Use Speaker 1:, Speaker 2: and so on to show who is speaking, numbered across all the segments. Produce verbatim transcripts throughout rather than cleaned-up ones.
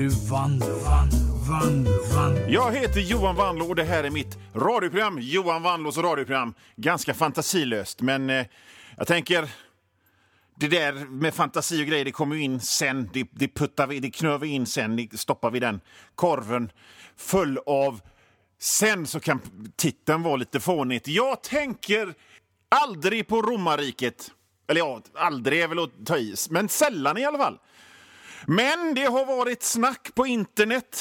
Speaker 1: nu Vanlo, Vanlo, Vanlo, Vanlo.
Speaker 2: Jag heter Johan Vanlo och det här är mitt radioprogram, Johan Vanlos radioprogram. Ganska fantasilöst, men eh, jag tänker, det där med fantasi och grejer, det kommer ju in sen. Det, det puttar vi, det knör vi in sen, det stoppar vi den korven full av. Sen så kan titeln vara lite fånigt. Jag tänker aldrig på romarriket. Eller ja, aldrig är väl att ta i, men sällan i alla fall. Men det har varit snack på internet.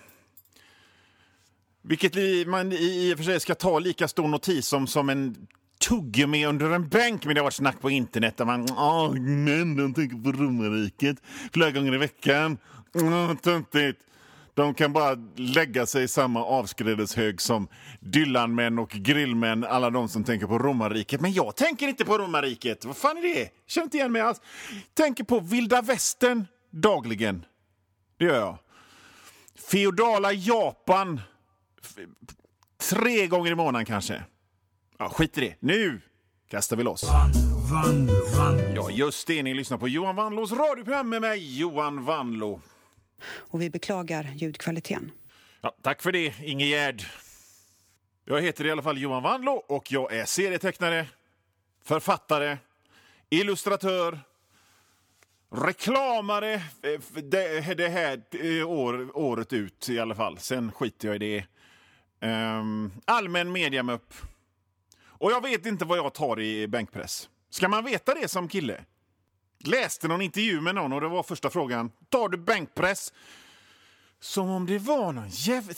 Speaker 2: Vilket man i och för sig ska ta lika stor notis som, som en tuggummi under en bänk. Men det har varit snack på internet där man, åh, men de tänker på romarriket flera gånger i veckan. Åh, töntigt. De kan bara lägga sig i samma avskrädeshög som Dylanmän och grillmän, alla de som tänker på romarriket. Men jag tänker inte på romarriket. Vad fan är det? Känner inte igen mig alls. Tänker på vilda västern dagligen. Det gör jag. Feodala Japan tre gånger i månaden kanske. Ja, skit i det. Nu kastar vi loss.
Speaker 1: Vanlo, Vanlo, Vanlo.
Speaker 2: Ja, just det. Ni lyssnar på Johan Vanlos radioprogram med mig, Johan Vanlo.
Speaker 3: Och vi beklagar ljudkvaliteten.
Speaker 2: Ja, tack för det, Ingegärd. Jag heter i alla fall Johan Vanlo och jag är serietecknare, författare, illustratör, reklamare det, det här år, året ut i alla fall. Sen skiter jag i det. Um, allmän mediamupp. Och jag vet inte vad jag tar i bänkpress. Ska man veta det som kille? Läste någon intervju med någon och det var första frågan. Tar du bänkpress? Som om det var någon jävla...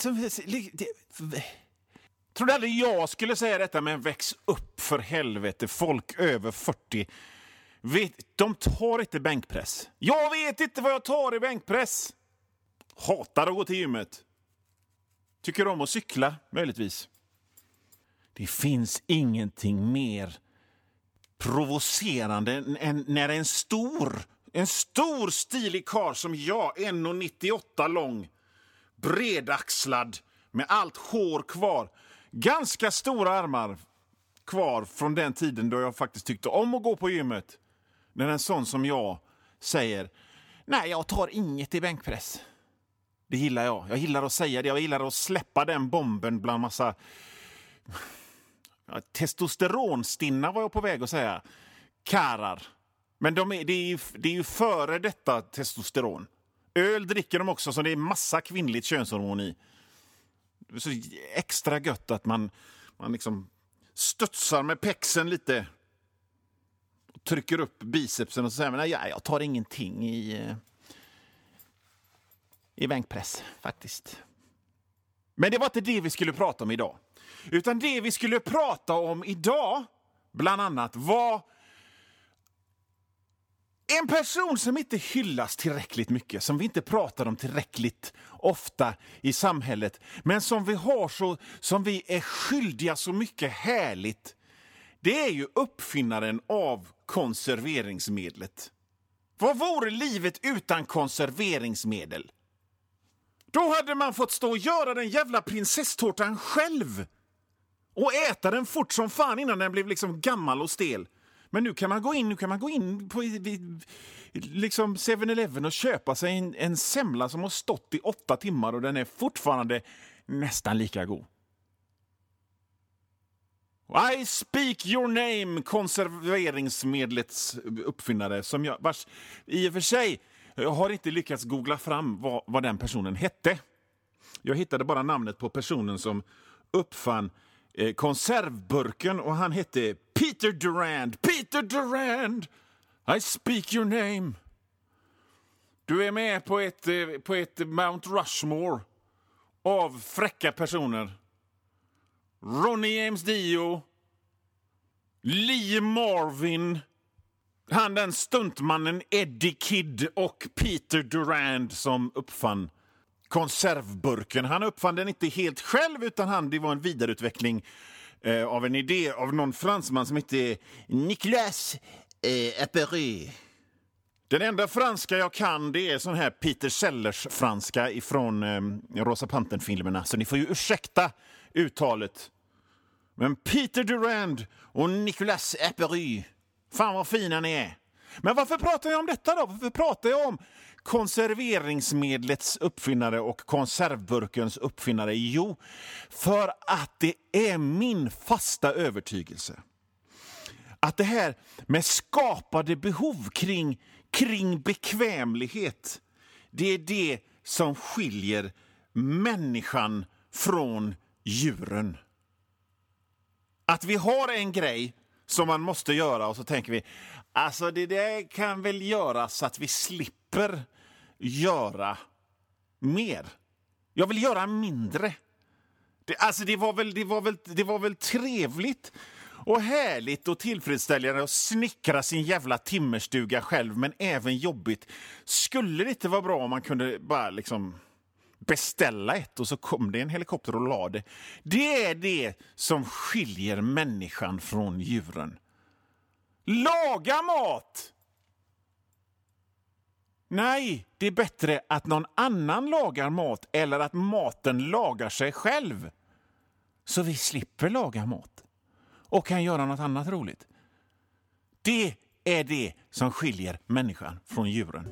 Speaker 2: Trodde aldrig jag skulle säga detta, men väx upp för helvete. Folk över fyrtio vet, de tar inte bänkpress. Jag vet inte vad jag tar i bänkpress. Hatar att gå till gymmet. Tycker om att cykla, möjligtvis. Det finns ingenting mer provocerande än när en stor, en stor stilig karl som jag, en komma nittioåtta lång, bredaxlad, med allt hår kvar, ganska stora armar kvar från den tiden då jag faktiskt tyckte om att gå på gymmet. När en sån som jag säger, nej, jag tar inget i bänkpress. Det gillar jag. Jag gillar att säga det. Jag gillar att släppa den bomben bland massa... Ja, testosteronstinna var jag på väg att säga. Karar. Men de är, det, är ju, det är ju före detta testosteron. Öl dricker de också, så det är massa kvinnligt könshormon i. Det är så extra gött att man, man liksom studsar med pexen lite. Och trycker upp bicepsen och så säger man, ja, jag tar ingenting i, i bänkpress faktiskt. Men det var inte det vi skulle prata om idag. Utan det vi skulle prata om idag, bland annat, var en person som inte hyllas tillräckligt mycket, som vi inte pratar om tillräckligt ofta i samhället, men som vi har så, som vi är skyldiga så mycket härligt. Det är ju uppfinnaren av konserveringsmedlet. Vad vore livet utan konserveringsmedel? Då hade man fått stå och göra den jävla prinsesstårtan själv. Och äta den fort som fan innan den blev liksom gammal och stel. Men nu kan man gå in, nu kan man gå in på vid, liksom seven eleven och köpa sig en, en semla som har stått i åtta timmar och den är fortfarande nästan lika god. I speak your name, konserveringsmedlets uppfinnare, som jag, vars i och för sig jag har inte lyckats googla fram vad, vad den personen hette. Jag hittade bara namnet på personen som uppfann eh, konservburken och han hette Peter Durand. Peter Durand! I speak your name. Du är med på ett, eh, på ett Mount Rushmore av fräcka personer. Ronnie James Dio, Lee Marvin, han den stuntmannen Eddie Kidd och Peter Durand som uppfann konservburken. Han uppfann den inte helt själv utan han, det var en vidareutveckling eh, av en idé av någon fransman som hette Nicolas eh, Apéry. Den enda franska jag kan det är sån här Peter Sellers franska ifrån eh, Rosa Pantern-filmerna. Så ni får ju ursäkta uttalet. Men Peter Durand och Nicolas Apéry, fan vad fina ni är. Men varför pratar jag om detta då? Varför pratar jag om konserveringsmedlets uppfinnare och konservburkens uppfinnare? Jo, för att det är min fasta övertygelse att det här med skapade behov kring, kring bekvämlighet, det är det som skiljer människan från djuren. Att vi har en grej som man måste göra och så tänker vi, alltså det där kan väl göra så att vi slipper göra mer. Jag vill göra mindre. Det, alltså det var väl, det var väl, det var väl trevligt och härligt och tillfredsställande att snickra sin jävla timmerstuga själv, men även jobbigt. Skulle det inte vara bra om man kunde bara liksom beställa ett och så kom det en helikopter och la det? Det är det som skiljer människan från djuren. Laga mat! Nej, det är bättre att någon annan lagar mat eller att maten lagar sig själv. Så vi slipper laga mat och kan göra något annat roligt. Det är det som skiljer människan från djuren.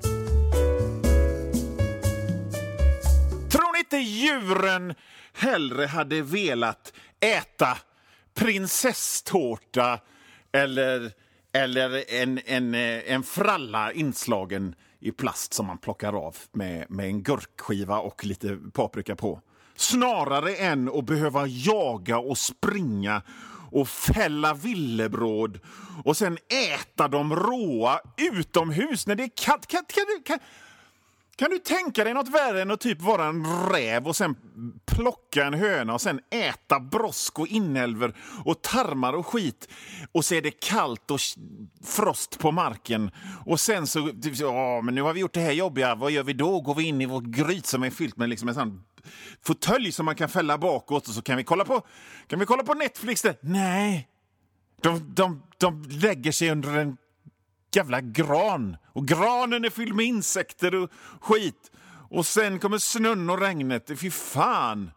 Speaker 2: Tror ni inte djuren hellre hade velat äta prinsesstårta eller, eller en, en, en fralla inslagen i plast som man plockar av med, med en gurkskiva och lite paprika på? Snarare än att behöva jaga och springa och fälla villebråd och sen äta dem råa utomhus när det är kallt. Kan, kan, kan, kan, kan du tänka dig något värre än att typ vara en räv och sen plocka en höna och sen äta brosk och inälver och tarmar och skit och så är det kallt och frost på marken och sen så, ja men nu har vi gjort det här jobbiga, vad gör vi då? Går vi in i vår gryt som är fyllt med liksom en sån fåtölj som man kan fälla bakåt och så kan vi kolla på, kan vi kolla på Netflix där? Nej, de, de, de lägger sig under en jävla gran och granen är fylld med insekter och skit och sen kommer snön och regnet. Fy fan.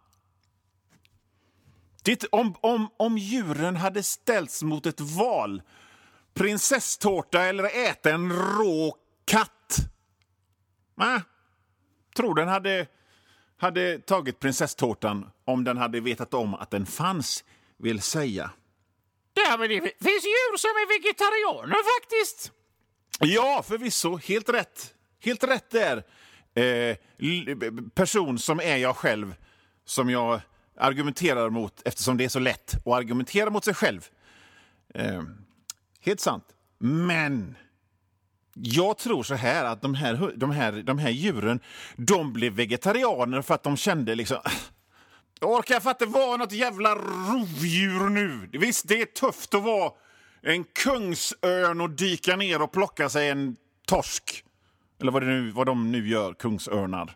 Speaker 2: Det, om, om, om djuren hade ställts mot ett val, prinsesstårta eller äta en rå katt, nej, tror den hade hade tagit prinsesstårtan om den hade vetat om att den fanns, vill säga.
Speaker 4: Ja, men det finns djur som är vegetarianer faktiskt.
Speaker 2: Ja, förvisso. Helt rätt. Helt rätt där. Eh, person som är jag själv, som jag argumenterar mot eftersom det är så lätt att argumentera mot sig själv. Eh, helt sant. Men jag tror så här att de här, de här, de här djuren, de blev vegetarianer för att de kände liksom, jag orkar för att det var något jävla rovdjur nu. Visst, det är tufft att vara en kungsörn och dyka ner och plocka sig en torsk. Eller vad, det nu, vad de nu gör, kungsörnar.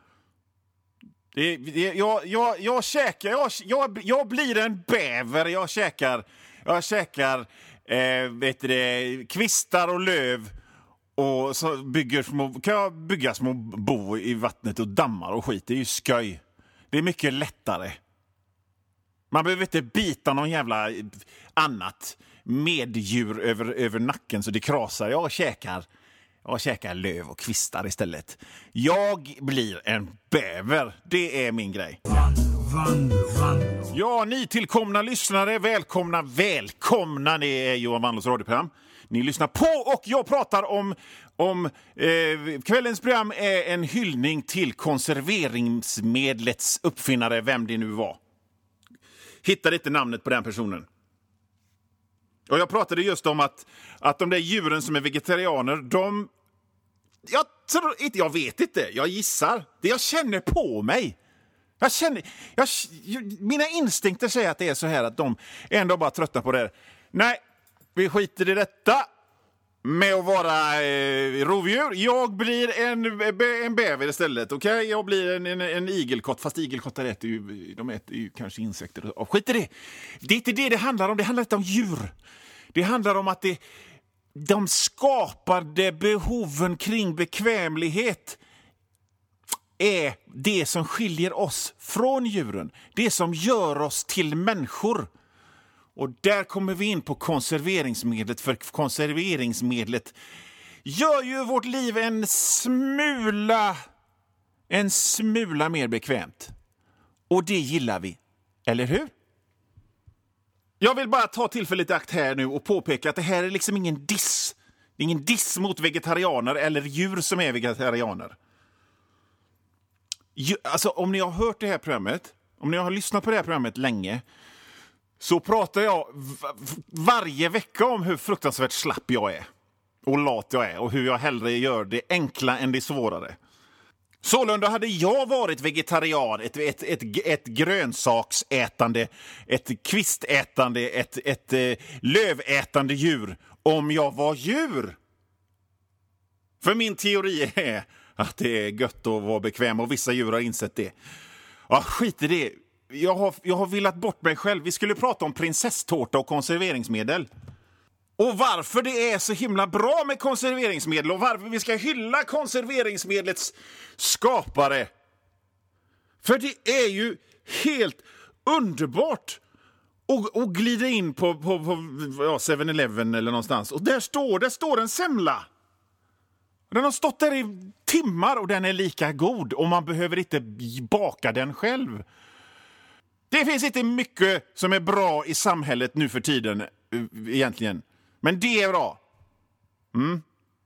Speaker 2: Det, det, jag, jag, jag käkar, jag, jag, jag blir en bäver, jag käkar, jag käkar eh, vet du det, kvistar och löv. Och så bygger små, kan jag bygga små bo i vattnet och dammar och skit. Det är ju sköj. Det är mycket lättare. Man behöver inte bita någon jävla annat meddjur över, över nacken så det krasar. Jag käkar, jag käkar löv och kvistar istället. Jag blir en bäver. Det är min grej.
Speaker 1: Vanlo, vanlo.
Speaker 2: Ja, ni tillkomna lyssnare, välkomna, välkomna. Det är Johan Vanlos radioprogram. Ni lyssnar på och jag pratar om, om eh, kvällens program är en hyllning till konserveringsmedlets uppfinnare, vem det nu var. Hittade inte namnet på den personen. Och jag pratade just om att, att de där djuren som är vegetarianer, de... Jag, tror, jag vet inte, jag gissar. Det jag känner på mig. Jag känner, jag, mina instinkter säger att det är så här att de ändå bara tröttnar på det här. Nej, vi skiter i detta med att vara eh, rovdjur. Jag blir en, en bäver istället, okej? Okay? Jag blir en, en, en igelkott, fast igelkottar äter ju, de äter ju kanske insekter. Och skit i det. Det är inte det det handlar om, det handlar inte om djur. Det handlar om att det, de skapade behoven kring bekvämlighet är det som skiljer oss från djuren. Det som gör oss till människor. Och där kommer vi in på konserveringsmedlet. För konserveringsmedlet, gör ju vårt liv en smula, en smula mer bekvämt. Och det gillar vi, eller hur? Jag vill bara ta tillfället i akt här nu och påpeka att det här är liksom ingen diss. Det är ingen diss mot vegetarianer eller djur som är vegetarianer. Alltså, om ni har hört det här programmet, om ni har lyssnat på det här programmet länge, så pratar jag varje vecka om hur fruktansvärt slapp jag är. Och lat jag är. Och hur jag hellre gör det enkla än det svårare. Sålunda hade jag varit vegetarian, ett, ett, ett, ett grönsaksätande, ett kvistätande, ett, ett, ett lövätande djur om jag var djur. För min teori är att det är gött att vara bekväm och vissa djur har insett det. Ja, skit i det. Jag har, jag har villat bort mig själv. Vi skulle prata om prinsesstårta och konserveringsmedel. Och varför det är så himla bra med konserveringsmedel och varför vi ska hylla konserveringsmedlets skapare. För det är ju helt underbart att, att glida in på, på, på ja, seven eleven eller någonstans. Och där står, där står en semla. Den har stått där i timmar och den är lika god. Och man behöver inte baka den själv. Det finns inte mycket som är bra i samhället nu för tiden egentligen. Men det är bra. Mm.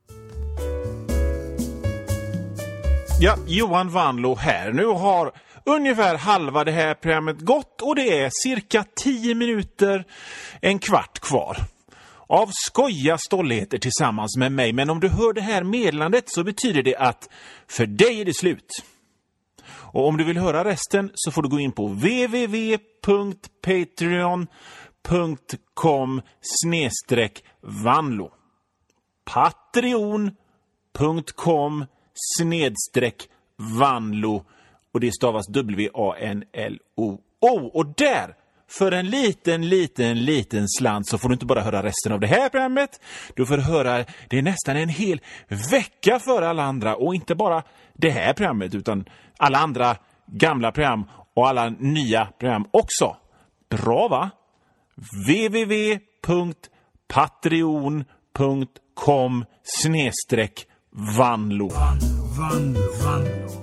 Speaker 2: Ja, Johan Vanlo här. Nu har ungefär halva det här programmet gått och det är cirka tio minuter, en kvart kvar. Av skoja stolligheter tillsammans med mig. Men om du hör det här meddelandet så betyder det att för dig är det slut. Och om du vill höra resten så får du gå in på w w w punkt patreon punkt com snedstreck vanlo. patreon punkt com snedstreck vanlo. Och det stavas W A N L O O. Och där, för en liten, liten, liten slant så får du inte bara höra resten av det här programmet. Du får höra det är nästan en hel vecka för alla andra. Och inte bara det här programmet utan alla andra gamla program och alla nya program också. Bra, va? w w w punkt patreon punkt com snedstreck vanlo.
Speaker 1: Vanlo, vanlo.